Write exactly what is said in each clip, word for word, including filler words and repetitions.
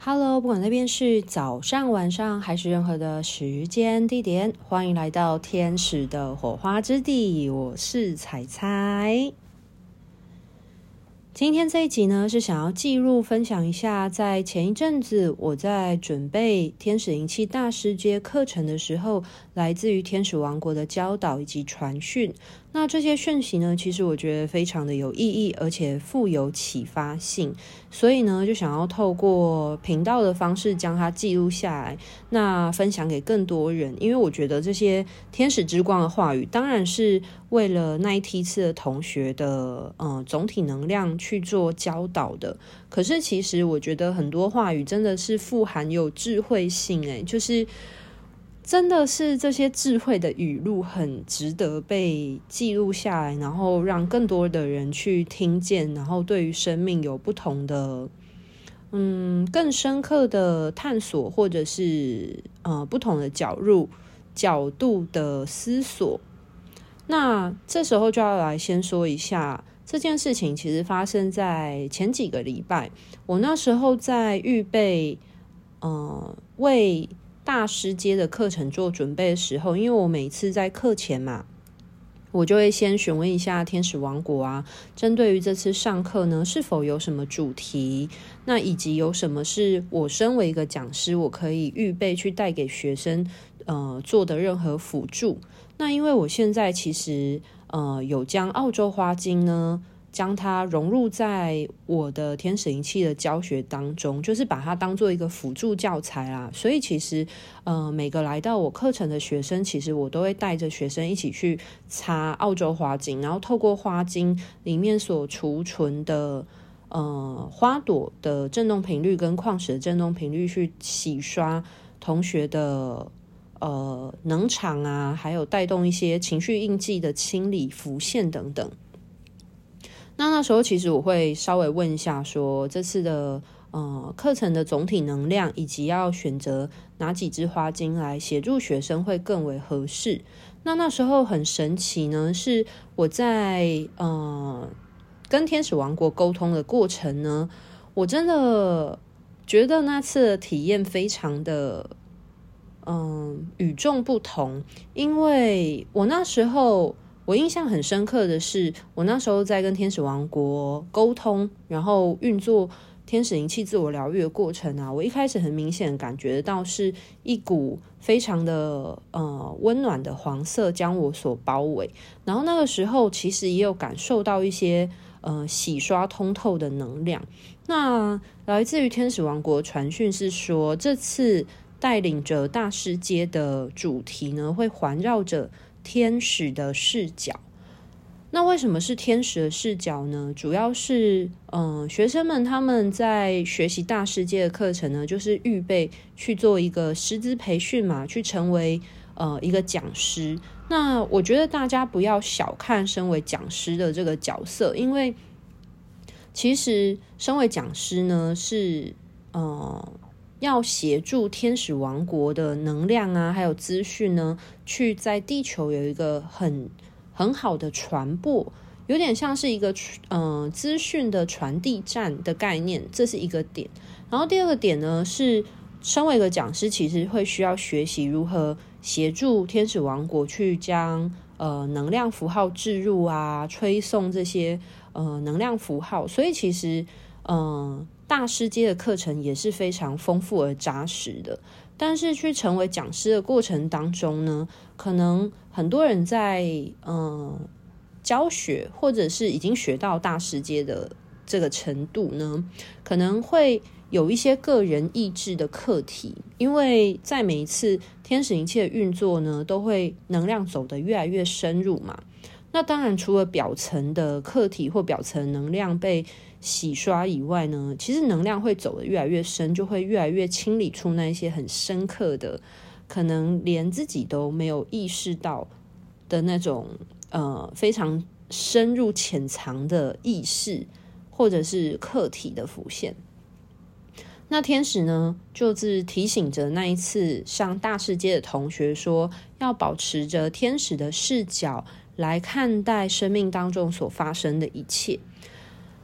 Hello，不管那边是早上、晚上还是任何的时间地点，欢迎来到天使的火花之地，我是彩彩。今天这一集呢，是想要记录分享一下，在前一阵子我在准备天使灵气大师阶课程的时候，来自于天使王国的教导以及传讯。那这些讯息呢，其实我觉得非常的有意义，而且富有启发性，所以呢，就想要透过频道的方式将它记录下来，那分享给更多人。因为我觉得这些天使之光的话语，当然是为了那一梯次的同学的呃总体能量去做教导的。可是其实我觉得很多话语真的是富含有智慧性，诶，就是真的是这些智慧的语录很值得被记录下来，然后让更多的人去听见，然后对于生命有不同的嗯更深刻的探索，或者是呃不同的角度角度的思索。那这时候就要来先说一下，这件事情其实发生在前几个礼拜。我那时候在预备呃为大师阶的课程做准备的时候，因为我每次在课前嘛，我就会先询问一下天使王国啊，针对于这次上课呢，是否有什么主题，那以及有什么是我身为一个讲师，我可以预备去带给学生呃做的任何辅助。那因为我现在其实呃有将澳洲花精呢，将它融入在我的天使灵气的教学当中，就是把它当做一个辅助教材啦。所以其实呃每个来到我课程的学生，其实我都会带着学生一起去擦澳洲花精，然后透过花精里面所储存的呃花朵的振动频率跟矿石的振动频率去洗刷同学的呃能场啊，还有带动一些情绪印记的清理浮现等等。那那时候其实我会稍微问一下说，这次的呃课程的总体能量，以及要选择哪几支花精来协助学生会更为合适。那那时候很神奇呢，是我在呃跟天使王国沟通的过程呢，我真的觉得那次的体验非常的嗯与众不同。因为我那时候我印象很深刻的是，我那时候在跟天使王国沟通，然后运作天使灵气自我疗愈的过程啊，我一开始很明显感觉到是一股非常的呃温暖的黄色将我所包围，然后那个时候其实也有感受到一些呃洗刷通透的能量。那来自于天使王国传讯是说，这次带领着大师阶的主题呢，会环绕着天使的视角。那为什么是天使的视角呢？主要是嗯、呃，学生们他们在学习大师阶的课程呢，就是预备去做一个师资培训嘛，去成为呃一个讲师。那我觉得大家不要小看身为讲师的这个角色，因为其实身为讲师呢，是呃要协助天使王国的能量啊，还有资讯呢，去在地球有一个很很好的传播，有点像是一个呃资讯的传递站的概念，这是一个点。然后第二个点呢，是身为一个讲师，其实会需要学习如何协助天使王国去将呃能量符号置入啊，吹送这些呃能量符号。所以其实呃大师阶的课程也是非常丰富而扎实的。但是去成为讲师的过程当中呢，可能很多人在呃教学，或者是已经学到大师阶的这个程度呢，可能会有一些个人意志的课题。因为在每一次天使灵气的运作呢，都会能量走得越来越深入嘛。那当然除了表层的课题或表层能量被洗刷以外呢，其实能量会走得越来越深，就会越来越清理出那一些很深刻的，可能连自己都没有意识到的那种呃非常深入潜藏的意识或者是课题的浮现。那天使呢，就是提醒着那一次上大师阶的同学说，要保持着天使的视角来看待生命当中所发生的一切。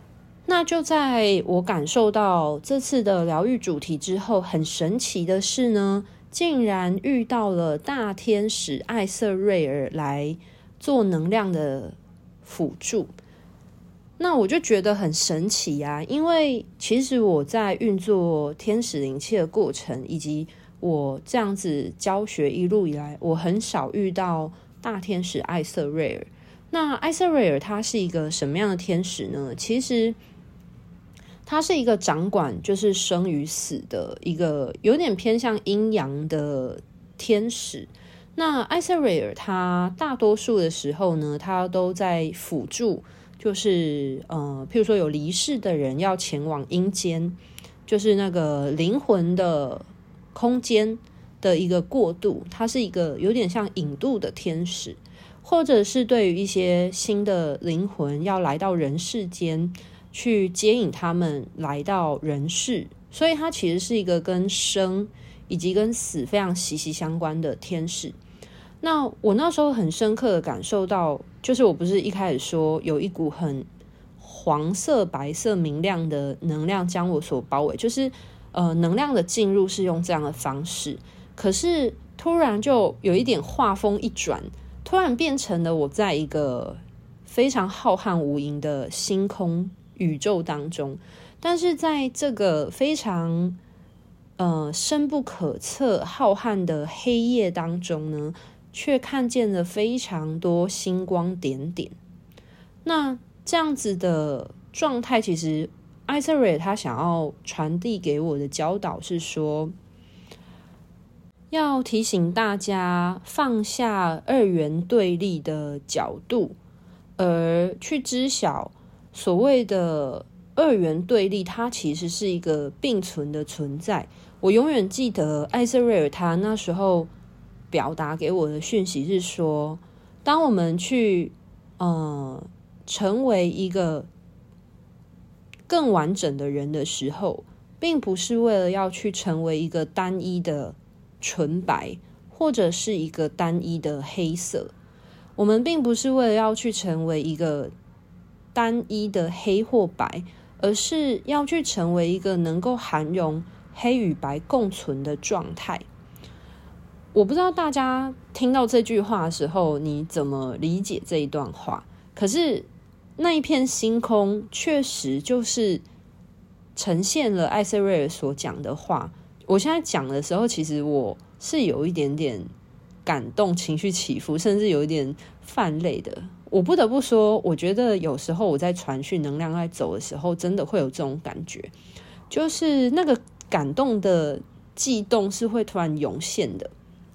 那就在我感受到这次的疗愈主题之后，很神奇的是呢，竟然遇到了大天使艾瑟瑞尔来做能量的辅助。那我就觉得很神奇啊，因为其实我在运作天使灵气的过程，以及我这样子教学一路以来，我很少遇到大天使艾瑟瑞尔。那艾瑟瑞尔他是一个什么样的天使呢？其实他是一个掌管就是生与死的一个有点偏向阴阳的天使。那艾瑟瑞尔他大多数的时候呢，他都在辅助，就是呃，譬如说有离世的人要前往阴间，就是那个灵魂的空间的一个过渡，它是一个有点像引渡的天使，或者是对于一些新的灵魂要来到人世间，去接引他们来到人世，所以它其实是一个跟生以及跟死非常息息相关的天使。那我那时候很深刻的感受到，就是我不是一开始说有一股很黄色、白色、明亮的能量将我所包围，就是呃能量的进入是用这样的方式，可是突然就有一点画风一转，突然变成了我在一个非常浩瀚无垠的星空宇宙当中，但是在这个非常呃深不可测浩瀚的黑夜当中呢，却看见了非常多星光点点。那这样子的状态，其实艾瑟瑞他想要传递给我的教导是说，要提醒大家放下二元对立的角度，而去知晓所谓的二元对立，它其实是一个并存的存在。我永远记得艾瑟瑞尔他那时候表达给我的讯息是说，当我们去呃成为一个更完整的人的时候，并不是为了要去成为一个单一的纯白，或者是一个单一的黑色。我们并不是为了要去成为一个单一的黑或白，而是要去成为一个能够涵容黑与白共存的状态。我不知道大家听到这句话的时候，你怎么理解这一段话？可是那一片星空确实就是呈现了艾瑟瑞尔所讲的话。我现在讲的时候，其实我是有一点点感动，情绪起伏，甚至有一点泛泪的。我不得不说，我觉得有时候我在传讯能量在走的时候，真的会有这种感觉，就是那个感动的悸动是会突然涌现的。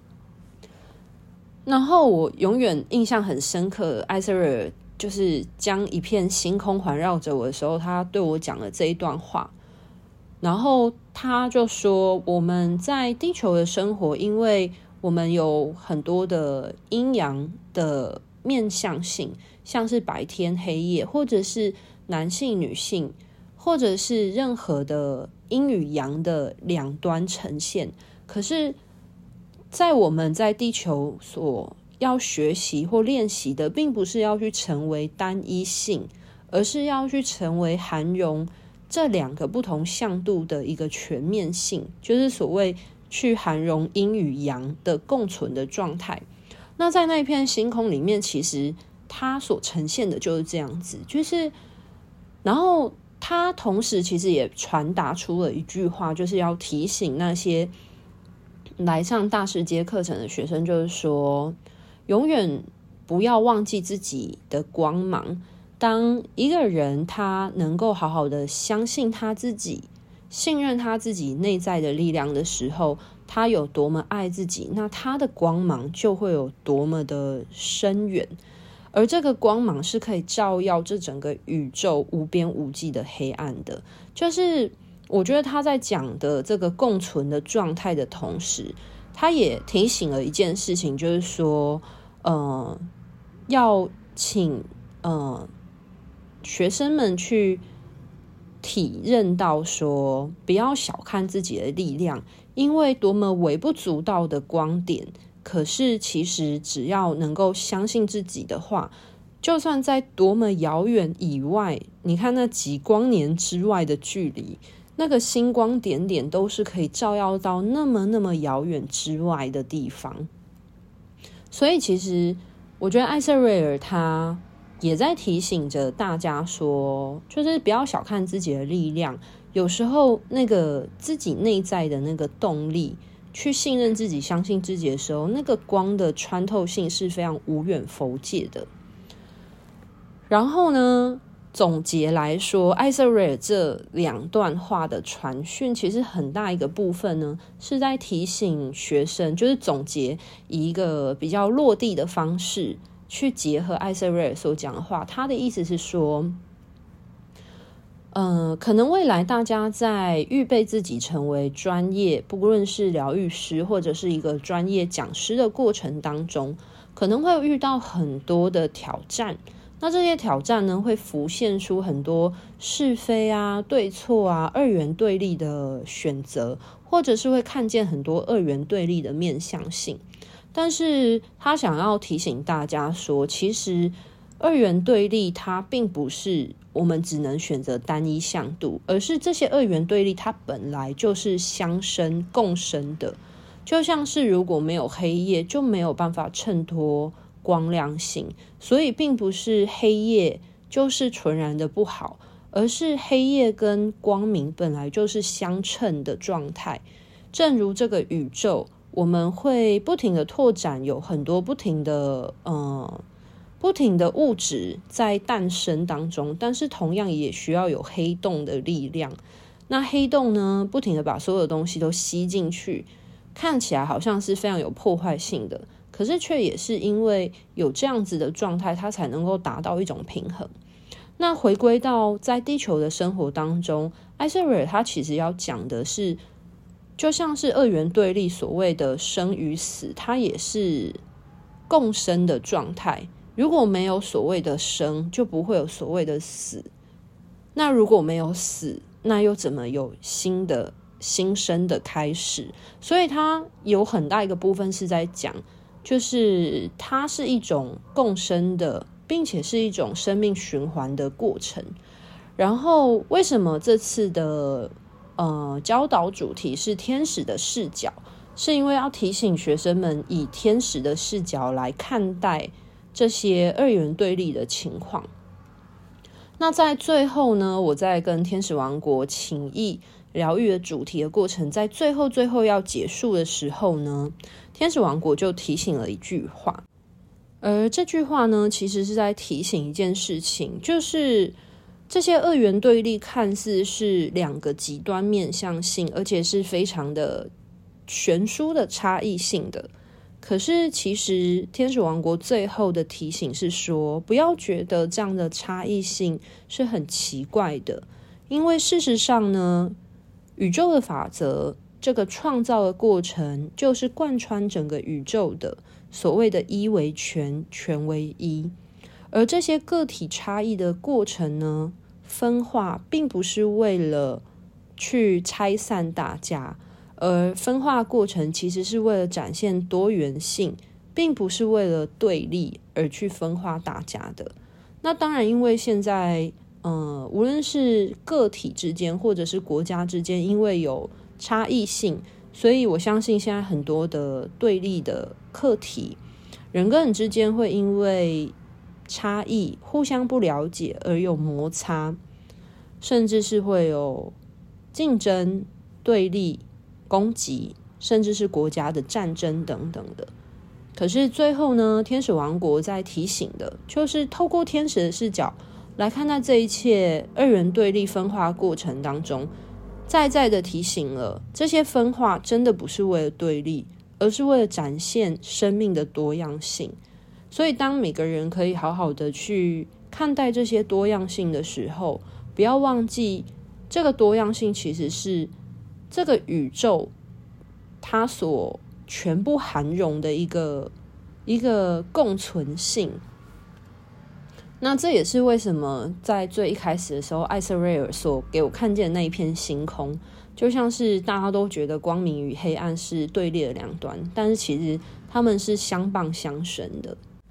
然后我永远印象很深刻，艾瑟瑞尔就是将一片星空环绕着我的时候，他对我讲了这一段话。然后他就说，我们在地球的生活，因为我们有很多的阴阳的面向性，像是白天黑夜，或者是男性女性，或者是任何的阴与阳的两端呈现。可是在我们在地球所要学习或练习的，并不是要去成为单一性，而是要去成为涵容这两个不同向度的一个全面性，就是所谓去涵容阴与阳的共存的状态。那在那一片星空里面，其实它所呈现的就是这样子，就是然后它同时其实也传达出了一句话，就是要提醒那些来上大师阶课程的学生，就是说永远不要忘记自己的光芒。当一个人他能够好好的相信他自己，信任他自己内在的力量的时候，他有多么爱自己，那他的光芒就会有多么的深远。而这个光芒是可以照耀这整个宇宙无边无际的黑暗的。就是我觉得他在讲的这个共存的状态的同时，他也提醒了一件事情，就是说呃，要请呃学生们去体认到说，不要小看自己的力量，因为多么微不足道的光点，可是其实只要能够相信自己的话， 就算在多么遥远以外，你看那几光年之外的距离，那个星光点点都是可以照耀到那么那么遥远之外的地方。所以其实我觉得艾瑟瑞尔他也在提醒着大家说，就是不要小看自己的力量，有时候那个自己内在的那个动力，去信任自己相信自己的时候，那个光的穿透性是非常无远弗届的。然后呢，总结来说，艾瑟瑞尔这两段话的传讯，其实很大一个部分呢，是在提醒学生，就是总结以一个比较落地的方式去结合艾瑟瑞尔所讲的话。他的意思是说，呃，可能未来大家在预备自己成为专业，不论是疗愈师或者是一个专业讲师的过程当中，可能会遇到很多的挑战。那这些挑战呢，会浮现出很多是非啊、对错啊、二元对立的选择，或者是会看见很多二元对立的面向性。但是他想要提醒大家说，其实二元对立它并不是我们只能选择单一向度，而是这些二元对立它本来就是相生共生的。就像是如果没有黑夜，就没有办法衬托光亮性，所以并不是黑夜就是纯然的不好，而是黑夜跟光明本来就是相称的状态。正如这个宇宙，我们会不停的拓展，有很多不停的呃不停的物质在诞生当中，但是同样也需要有黑洞的力量。那黑洞呢，不停的把所有的东西都吸进去，看起来好像是非常有破坏性的，可是却也是因为有这样子的状态，它才能够达到一种平衡。那回归到在地球的生活当中，艾瑟瑞尔他其实要讲的是，就像是二元对立所谓的生与死，它也是共生的状态。如果没有所谓的生，就不会有所谓的死。那如果没有死，那又怎么有新的新生的开始？所以它有很大一个部分是在讲，就是它是一种共生的，并且是一种生命循环的过程。然后为什么这次的呃教导主题是天使的视角，是因为要提醒学生们以天使的视角来看待这些二元对立的情况。那在最后呢，我在跟天使王国请益疗愈的主题的过程，在最后最后要结束的时候呢，天使王国就提醒了一句话，而这句话呢，其实是在提醒一件事情，就是这些二元对立看似是两个极端面向性，而且是非常的悬殊的差异性的。可是其实天使王国最后的提醒是说，不要觉得这样的差异性是很奇怪的，因为事实上呢，宇宙的法则，这个创造的过程，就是贯穿整个宇宙的所谓的一为全，全为一。而这些个体差异的过程呢，分化并不是为了去拆散大家，而分化过程其实是为了展现多元性，并不是为了对立而去分化大家的。那当然因为现在呃，无论是个体之间或者是国家之间，因为有差异性，所以我相信现在很多的对立的课题，人跟人之间会因为差异互相不了解而有摩擦，甚至是会有竞争、对立、攻击，甚至是国家的战争等等的。可是最后呢，天使王国在提醒的就是透过天使的视角来看待这一切二元对立分化过程当中，再再的提醒了这些分化真的不是为了对立，而是为了展现生命的多样性。所以当每个人可以好好的去看待这些多样性的时候，不要忘记这个多样性其实是这个宇宙它所全部含容的一个一个共存性。那这也是为什么在最一开始的时候，艾瑟瑞尔所给我看见的那一片星空，就像是大家都觉得光明与黑暗是对立的两端，但是其实他们是相伴相生的。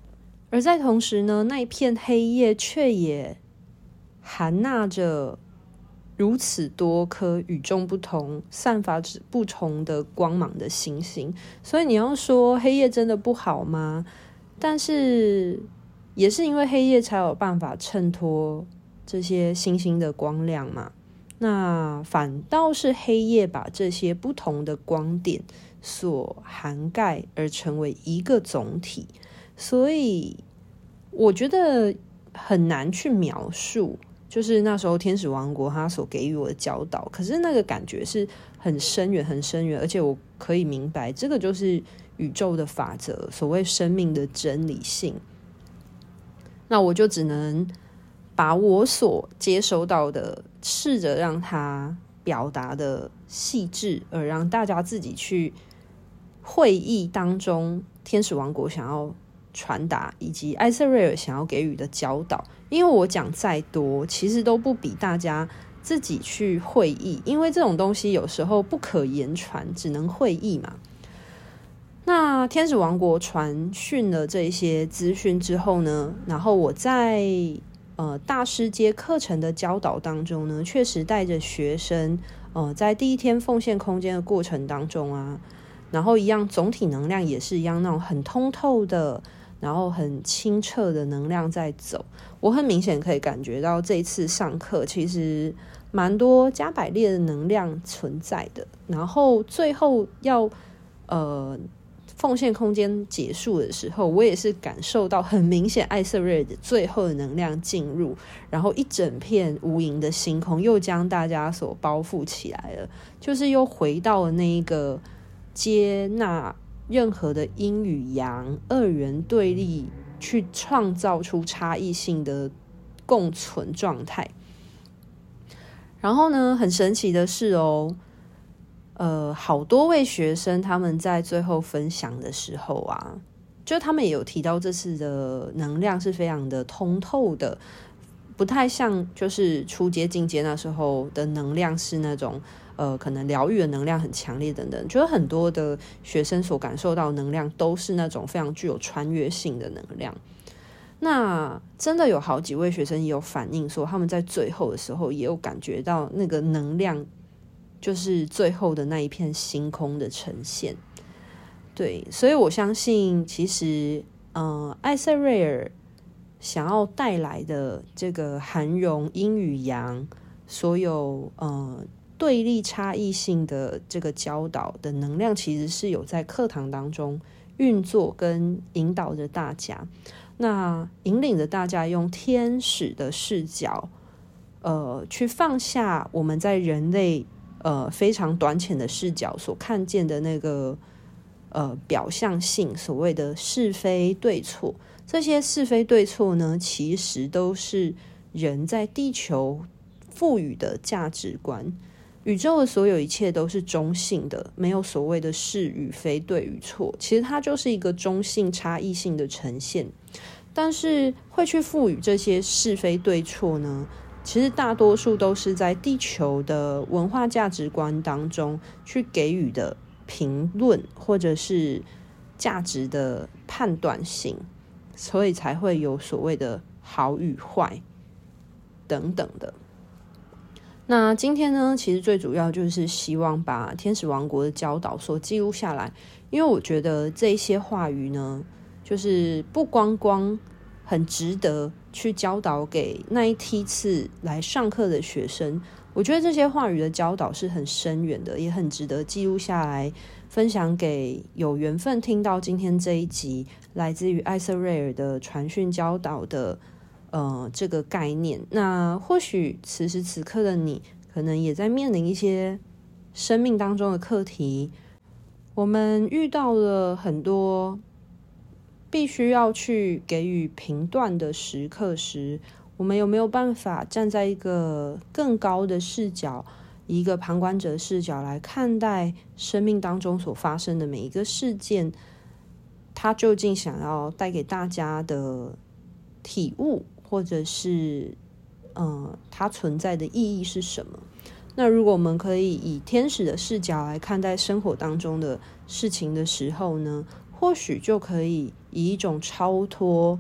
而在同时呢，那一片黑夜却也含纳着如此多颗与众不同、散发着不同的光芒的星星。所以你要说黑夜真的不好吗？但是也是因为黑夜才有办法衬托这些星星的光亮嘛。那反倒是黑夜把这些不同的光点所涵盖而成为一个总体，所以我觉得很难去描述就是那时候天使王国他所给予我的教导，可是那个感觉是很深远很深远，而且我可以明白这个就是宇宙的法则，所谓生命的真理性。那我就只能把我所接收到的试着让它表达的细致，而让大家自己去会意当中天使王国想要传达以及艾瑟瑞尔想要给予的教导。因为我讲再多其实都不比大家自己去会意，因为这种东西有时候不可言传，只能会意嘛。那天使王国传讯了这些资讯之后呢，然后我在呃大师阶课程的教导当中呢，确实带着学生呃在第一天奉献空间的过程当中啊，然后一样总体能量也是一样那种很通透的，然后很清澈的能量在走。我很明显可以感觉到这一次上课其实蛮多加百列的能量存在的，然后最后要呃奉献空间结束的时候，我也是感受到很明显艾瑟瑞的最后的能量进入，然后一整片无垠的星空又将大家所包覆起来了，就是又回到了那一个接纳任何的阴与阳二元对立，去创造出差异性的共存状态。然后呢，很神奇的是哦，呃，好多位学生他们在最后分享的时候啊，就他们也有提到这次的能量是非常的通透的，不太像就是初阶进阶那时候的能量是那种呃，可能疗愈的能量很强烈等等，就是很多的学生所感受到的能量都是那种非常具有穿越性的能量。那真的有好几位学生也有反映说，他们在最后的时候也有感觉到那个能量，就是最后的那一片星空的呈现。对，所以我相信其实呃，艾瑟瑞尔想要带来的这个涵容阴与阳所有呃对立差异性的这个教导的能量，其实是有在课堂当中运作跟引导着大家，那引领着大家用天使的视角呃，去放下我们在人类呃非常短浅的视角所看见的那个呃表象性，所谓的是非对错。这些是非对错呢，其实都是人在地球赋予的价值观。宇宙的所有一切都是中性的，没有所谓的是与非、对与错，其实它就是一个中性差异性的呈现。但是会去赋予这些是非对错呢，其实大多数都是在地球的文化价值观当中去给予的评论或者是价值的判断性，所以才会有所谓的好与坏等等的。那今天呢，其实最主要就是希望把天使王国的教导所记录下来，因为我觉得这些话语呢，就是不光光很值得去教导给那一梯次来上课的学生，我觉得这些话语的教导是很深远的，也很值得记录下来，分享给有缘分听到今天这一集来自于艾瑟瑞尔的传讯教导的呃，这个概念。那或许此时此刻的你可能也在面临一些生命当中的课题，我们遇到了很多必须要去给予评断的时刻时，我们有没有办法站在一个更高的视角，以一个旁观者视角来看待生命当中所发生的每一个事件，它究竟想要带给大家的体悟，或者是呃，它存在的意义是什么？那如果我们可以以天使的视角来看待生活当中的事情的时候呢，或许就可以以一种超脱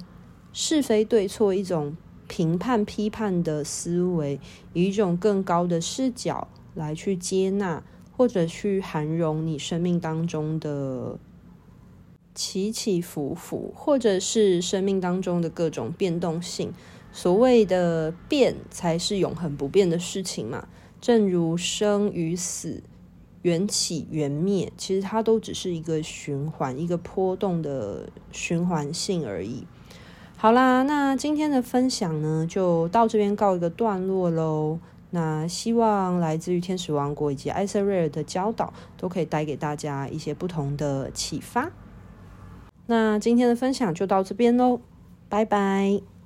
是非对错，一种评判批判的思维，以一种更高的视角来去接纳或者去涵容你生命当中的起起伏伏，或者是生命当中的各种变动性。所谓的变才是永恒不变的事情嘛，正如生与死、缘起缘灭，其实它都只是一个循环，一个波动的循环性而已。好啦，那今天的分享呢，就到这边告一个段落咯。那希望来自于天使王国以及艾瑟瑞尔的教导都可以带给大家一些不同的启发。那今天的分享就到这边咯，拜拜。